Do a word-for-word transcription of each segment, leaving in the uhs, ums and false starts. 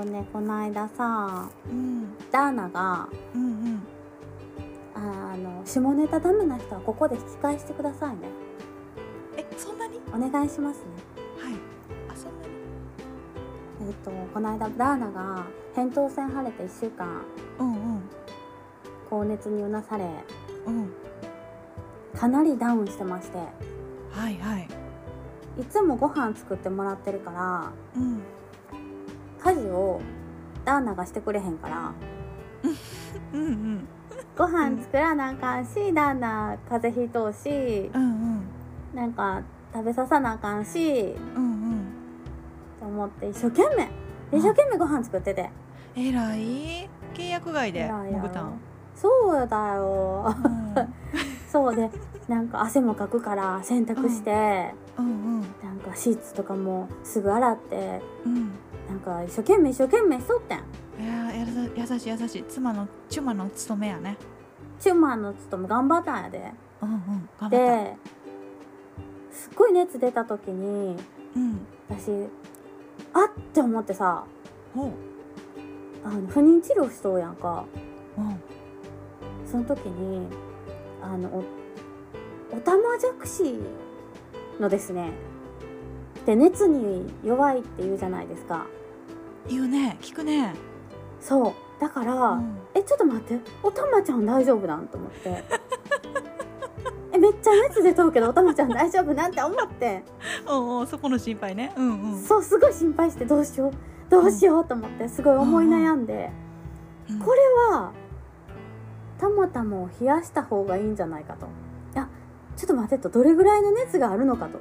とねこの間さ、 うん、 ダーナが、 うんうんあの下ネタダメな人はここで引き返してくださいね。 え、そんなに？ お願いしますね。 はい。あ、そんなに？ えっとこの間ダーナが扁桃腺腫れていっしゅうかんうんうん高熱にうなされ、 うん。 かなりダウンしてまして、 はいはい。 いつもご飯作ってもらってるからうん家事をダーナがしてくれへんからうんうんご飯作らなあかんし、ダーナ風邪ひいとうし、 うんうんなんか食べささなあかんしうんうんと思って一生懸命一生懸命ご飯作ってて、 えらい契約外で偉いやろもぐたん。 そうだようんそうで、なんか汗もかくから洗濯して、 うんうんなんかシーツとかもすぐ洗って、 うんなんか一生懸命一生懸命しとってん。 いやーやさ優しい優しい妻の妻の務めやね。 チューマーの勤め頑張ったんやで。 うんうん頑張った。 ですっごい熱出た時にうん私あって思ってさ、 ほうあの不妊治療しとうやんか。 うんその時にあのおおたまじゃくしのですねで熱に弱いって言うじゃないですか。 言うね、聞くね。 そうだから、 うん、 えちょっと待って、おたまちゃん大丈夫なんと思ってえめっちゃ熱出とうけどおたまちゃん大丈夫なんて思っておうおうそこの心配ね。うんうん。 そうすごい心配してどうしようどうしようと思ってすごい思い悩んで、 うん、 これはたまたまを冷やした方がいいんじゃないかと。あ、ちょっと待ってと、どれぐらいの熱があるのかと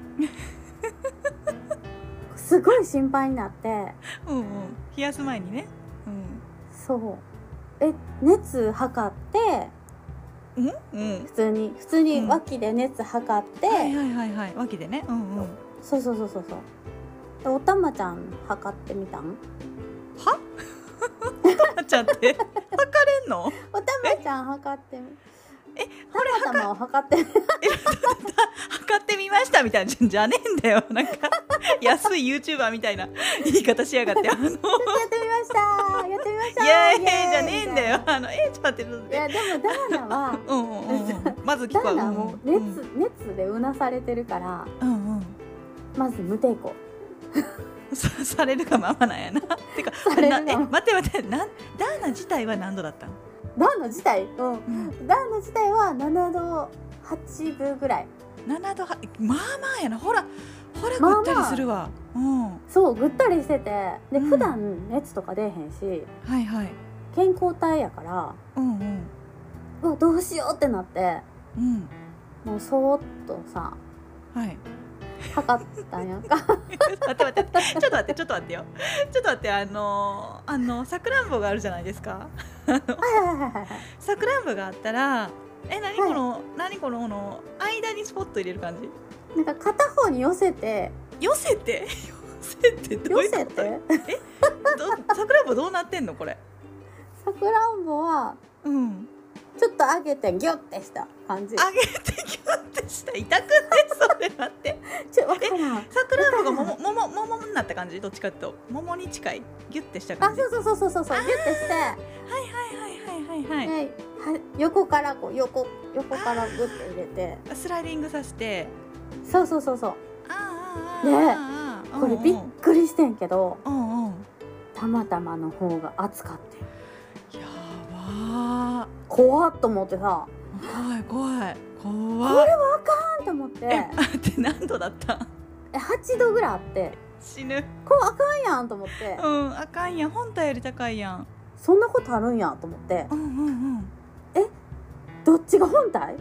すごい心配になって、 うんうん、冷やす前にね。 そうえ熱測ってうんうんうん。 普通に普通に脇で熱測って、 はいはいはいはい、脇でね。うんうん。 そうそうそうそうそうでおたまちゃん測ってみたん？ は？おたまちゃんって測れんの？ おたまちゃん測ってみえ、 たまたまを測ってみ測ってみましたみたいなじゃねえんだよ。なんか安い YouTuber みたいな言い方しやがって。あのちょっとやってみましたやってみましたいやいイエーイやじゃねえんだよ。あのえちょっと待っていやでもダーナはうんうんうんうんまず聞ダくわ。 ーナもうんうん熱、熱でうなされてるからうんうんまず無抵抗さ, されるがままなんやな。てかされるがなえ待って待ってなんダーナ自体は何度だったの？ ダーナ自体、うん、 うんダーナ自体はななどはちぶぐらい。 ななどはまあまあやな。ほらほらまあまあぐったりするわ。うんそうぐったりしててで、 うん普段熱とか出えへんしはいはい健康体やからうんうんうわどうしようってなってうんもうそーっとさはい測ったんやんか待って待ってちょっと待ってちょっと待ってよちょっと待ってあのー、あのさくらんぼがあるじゃないですか。 はいはいはいはいはいさくらんぼがあったらえ何この、はい、何このこの間にスポット入れる感じ。 なんか片方に寄せて寄せて寄せてどういうこと？えどさくらんぼどうなってんのこれ？ さくらんぼはうんちょっと上げてギュッてした感じ。 上げてギュッてした痛くねそれ待ってちょわからんさくらんぼがももももももになった感じどっちかっていうと桃に近いギュッてした感じ。 あそうそうそうそうそうギュッてしてはいはいはいはいはいはい、 では横からこう横横からグッて入れてスライディングさせてそうそうそうそうあねあああこれびっくりしてんけどうんうんたまたまの方が熱かってやばー怖っと思ってさ怖い怖いこ怖いれはあかんと思ってえ待って何度だったん？ えはちどぐらいあって死ぬ。 これあかんやんと思ってうんあかんやん本体より高いやん。 そんなことあるんやと思ってうんうんうんどっちが本体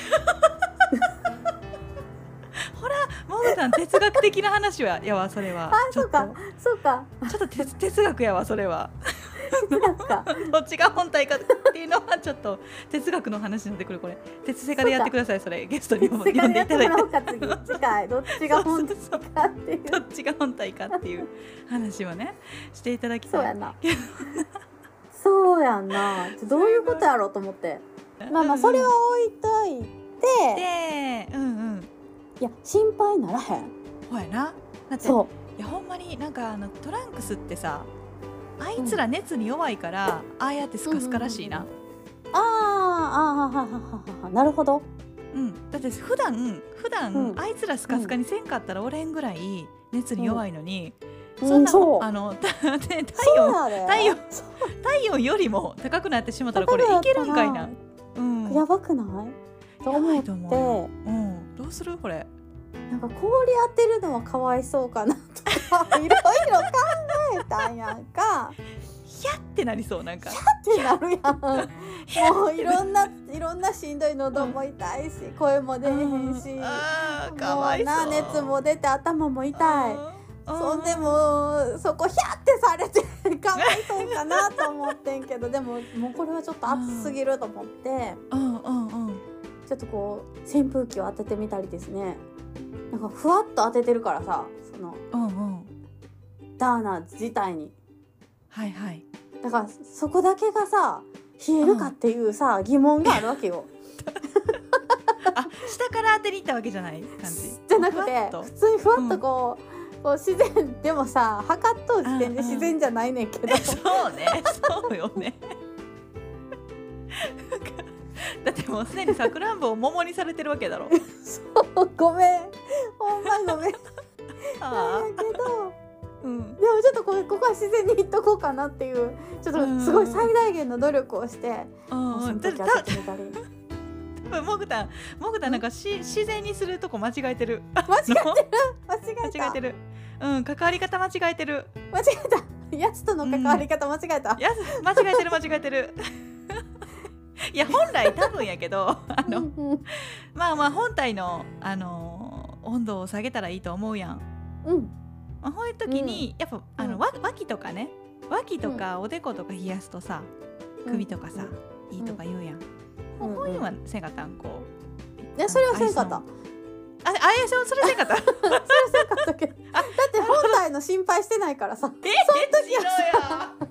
ほらもぐさん哲学的な話はやわそれは。 あそうかそうかちょっと哲哲学やわそれは。 哲学かどっちが本体かっていうのはちょっと哲学の話になってくる。これ哲世界でやってください。それゲストにも呼んでいただいてもらおうか次次回どっちが本体かっていうどっちが本体かっていう話をねしていただきたい。 そうやなそうやんなどういうことやろうと思ってまあまあそれは置いといてでうんうんいや心配ならへん。 ほやなだってそいやほんまになんかあのトランクスってさあいつら熱に弱いから、ああやってスカスカらしいな。 あーあーはははははなるほど。 うん、だって普段普段、 うんあいつらスカスカにせんかったらおれんぐらい熱に弱いのに、 うんそんな、 うんそうあのたね体そう温やで体温そう体温よりも高くなってしまったらこれいけるんかいな。うんやばくないと思って、 やばいと思う。うん、どうするこれ。 なんか氷当てるのはかわいそうかなとかいろいろ考えたんやんかヒャってなりそう、なんかってなるやんもういろんないろんなしんどい喉も痛いし、声も出えへんし、 あーかもわいうそうな熱も出て頭も痛い。 うんそんでもそこヒャってされてかわいそうかなと思ってんけどでももうこれはちょっと熱すぎると思ってうんうんうんちょっとこう扇風機を当ててみたりですね。なんかふわっと当ててるからさそのうんうんダーナ自体にはいはいだからそこだけがさ冷えるかっていうさ、疑問があるわけよあ、下から当てに行ったわけじゃない感じじゃなくてふわっと普通にふわっとこう、こう自然でもさ測っとう時点で自然じゃないねんけど、 そうねそうよねだってもうすでにさくらんぼを桃にされてるわけだろそうごめんほんまごめんあだけどうんでもちょっとこここは自然に言っとこうかなっていうちょっとすごい最大限の努力をしてうんその時当ててみたり多分もぐたんもぐたんなんかし自然にするとこ間違えてる間違えてる間違えた間違えてるうん関わり方間違えてる間違えたやつとの関わり方間違えた、 いや間違えてる間違えてるいや本来多分やけどあの、 うんうんまあまあ本体の、あのー温度を下げたらいいと思うやん、 うんまあ、こういう時に、やっぱあの、 うんわ脇とかね脇とかおでことか冷やすとさ、首とかさ、いいとか言うやん、 うんうんこういうのはせんかったんこういやそれはせんかったああいやそそれせんかったそれはせんかったけどだって本体の心配してないからさえその時はやその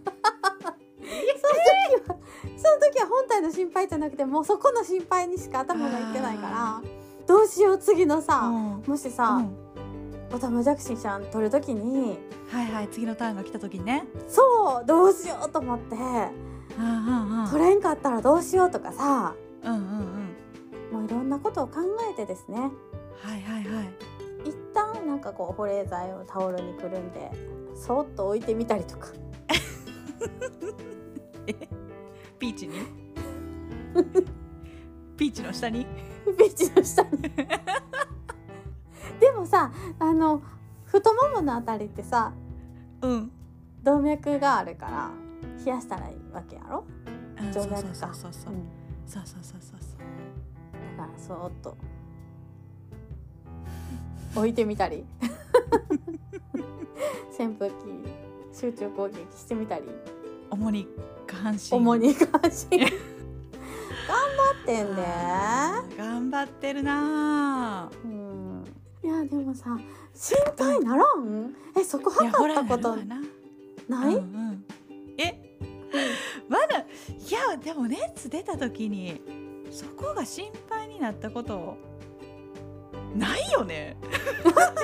時はその時は本体の心配じゃなくてもうそこの心配にしか頭がいってないからどうしよう次のさ、 うんもしさ、 うんオタマジャクシちゃん取る時にはいはい次のターンが来た時にねそうどうしようと思ってうん取れんかったらどうしようとかさうんうんうんもういろんなことを考えてですねはいはいはい一旦なんかこう保冷剤をタオルにくるんでそっと置いてみたりとかえピーチにピーチの下にビーチの下にでもさあの太もものあたりってさうん動脈があるから冷やしたらいいわけやろ静脈かそうそうそうそうそううんそうそうそうそうだからそーっと置いてみたり扇風機集中攻撃してみたり主に下半身主に関心頑張ってんで頑張ってるなぁうんいやでもさ心配ならんえそこ測ったことなない、 うんうん、えまだいやでも熱出た時にそこが心配になったことないよね嘘や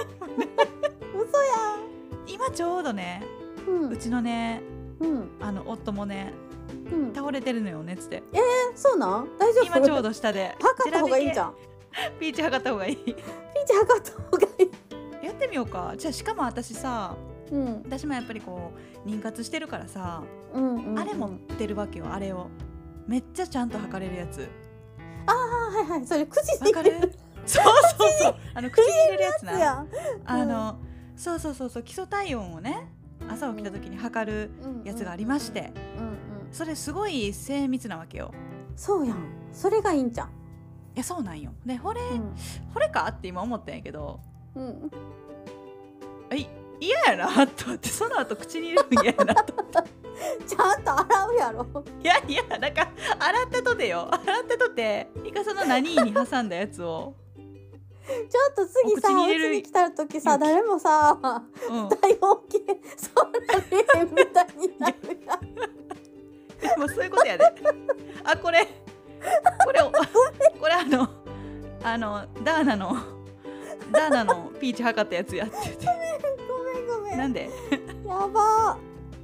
今ちょうどねんうんうちのねうんあの夫もねうん倒れてるのよ熱でえそうなん大丈夫今ちょうど下で測った方がいいんじゃんピーチ測った方がいいピーチ測った方がいいやってみようかじゃあしかも私さうん私もやっぱりこう妊活してるからさ、 うんうん、うん、 あれ持ってるわけよあれをめっちゃちゃんと測れるやつああはいはいそれ口にわかるそうそうそうあの口に入れるやつなやんあの、うん、そうそうそうそう基礎体温をね朝起きた時に測るやつがありまして、 うんうん、 それすごい精密なわけよそうやんそれがいいんじゃんいやそうなんよでこれ、 うん、 これかって今思ったんやけど、 うん、 い嫌やなと思ってその後口に入れるん嫌やなとちゃんと洗うやろいやいやなんか洗ってとてよ洗ってとてイカその何に挟んだやつをちょっと次さお家に来た時さ誰もさ、うん、体温計そられへんみたいになるやんでもそういうことやであこれこれこれあのあのダーナのダーナのピーチ測ったやつやっててごめんごめんごめんなんでやば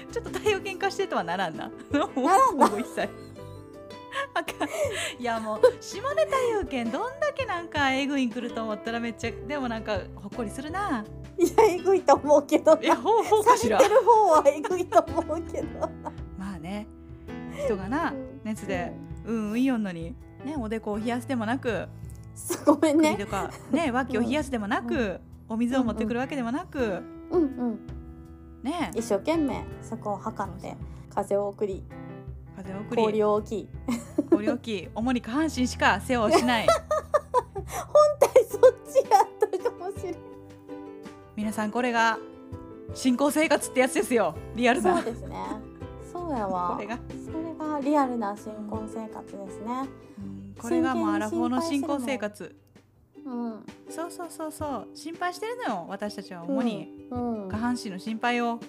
ちょっと太陽圏化してとはならんなならんなもう一切あかん。いやもう島根太陽圏どんだけなんかえぐいん来ると思ったらめっちゃでもなんかほっこりするな。 いやえぐいと思うけどな。 いやほうほうかしら。 されてる方はえぐいと思うけどまあね人がなうん熱でうんうんいいのにねおでこを冷やすでもなくごめんね。 首とかね脇を冷やすでもなく、お水を持ってくるわけでもなく、 うんうんね一生懸命そこを測って風を送り風を送り氷を置き氷置き主に下半身しか世話をしない本体そっちやったかもしれない。 皆さんこれが新興生活ってやつですよ。リアルなそうですね。そうやわ。 これがそれがリアルな新婚生活ですね。 うんこれがもうアラフォーの新婚生活。 うん。 そうそうそうそう心配してるのよ私たちは主に、 うんうん下半身の心配を。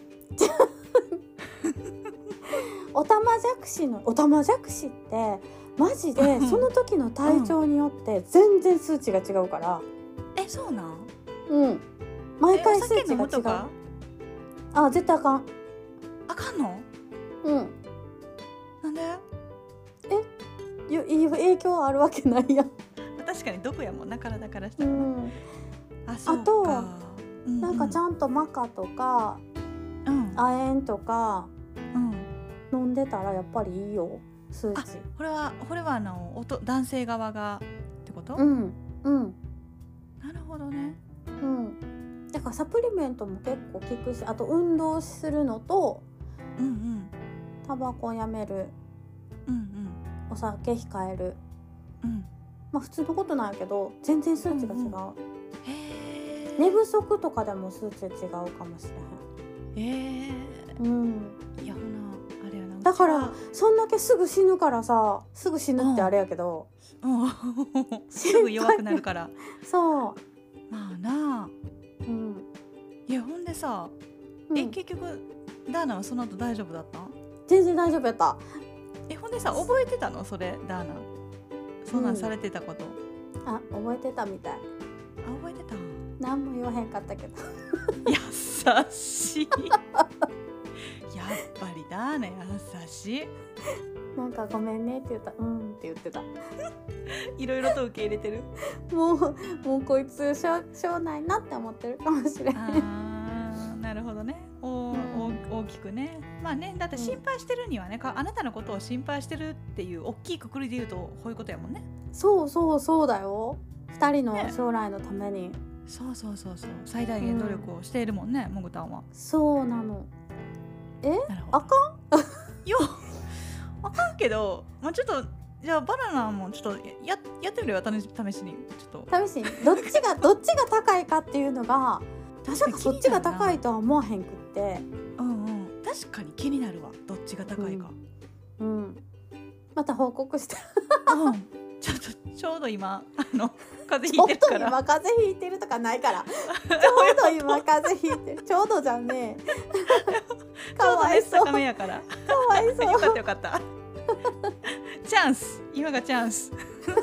おたまじゃくしのおたまじゃくしってマジでその時の体調によって全然数値が違うから。 えそうなんうん。毎回数えお酒値が違う。 飲むとかあ絶対あかん。 あかんのうん。 なんでよいい影響あるわけないやん。 確かに毒やもんな体からしたら、 うん。 あそうかあとうんうんなんかちゃんとマカとかうん亜鉛とかうん飲んでたらやっぱりいいよ数あ値。 これはこれはあのおと男性側がってこと、 うんうんなるほどね。 うん。だからサプリメントも結構効くし、あと運動するのとうんうんタバコやめる、 うんお酒控える。 うんうんまあ普通のことなんやけど全然数値が違う。 うんうんへ寝不足とかでも数値違うかもしえへえれへん。うん。 いやほなあれやなだからうちはそんだけすぐ死ぬからさ、すぐ死ぬってあれやけど、 うんすぐ弱くなるからそまあなあう。うん。 いやほんでさ、 うんえ結局ダーナはその後大丈夫だったん？ 全然大丈夫やった。 えほんでさ覚えてたのそれダーナそんなんされてたこと、 あ覚えてたみたい。 あ覚えてた何も言わへんかったけど。 優しいやっぱりダーナ優しい。 なんかごめんねって言った。うんって言ってた。 いろいろと受け入れてるもうもうこいつしょうしょうないなって思ってるかもしれない。 あーなるほどねお、 うんお大きくねまあねだって心配してるにはね、かあなたのことを心配してるっていう大きいくくりで言うとこういうことやもんね。 そうそうそうだよ。二人の将来のために。 そうそうそうそう最大限努力をしているもんね、もぐたんは。 そうなの。え？ なるほどあかん？ いやあかんけど、まあ、ちょっとじゃあバナナもちょっとややってみるよ試し試しにちょっと試しにどっちがどっちが高いかっていうのがまさかそっちが高いととは思わへんくって。 うんうん確かに気になるわどっちが高いか、 うん。うんまた報告して。 うん、ちょっとちょうど今あの風ち邪ょっとひいてるから今風邪ひいてるとかないから。ちょうど今風邪ひいてる。ちょうどじゃんね。かわいそう。 高めやからかわいそう。 よかったよかったチャンス今がチャンス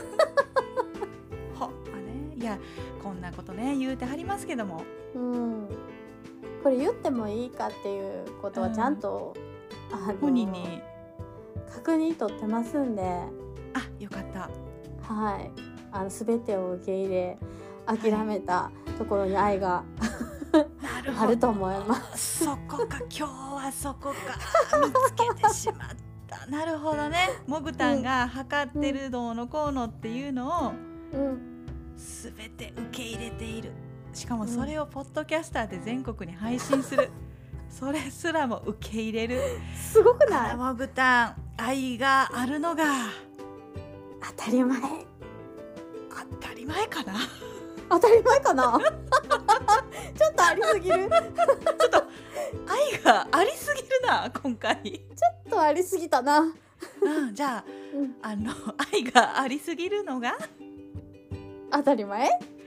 ほあねいやこんなことね言うてはりますけどもうん。これ言ってもいいかっていうことはちゃんと、あの本人に確認取ってますんで、 あよかったはい。あの全てを受け入れ諦めたところに愛が、 なるほどあると思いますそこか今日はそこか見つけてしまったなるほどねもぐたんが測ってるどうのこうのっていうのをうん。 すべて受け入れている。しかもそれをポッドキャスターで全国に配信する、それすらも受け入れるすごくない？ もぐたん愛があるのが当たり前。 当たり前かな当たり前かな？ちょっとありすぎる。 ちょっと愛がありすぎるな今回ちょっとありすぎたな。 うん、じゃあうん、 あの愛がありすぎるのが当たり前？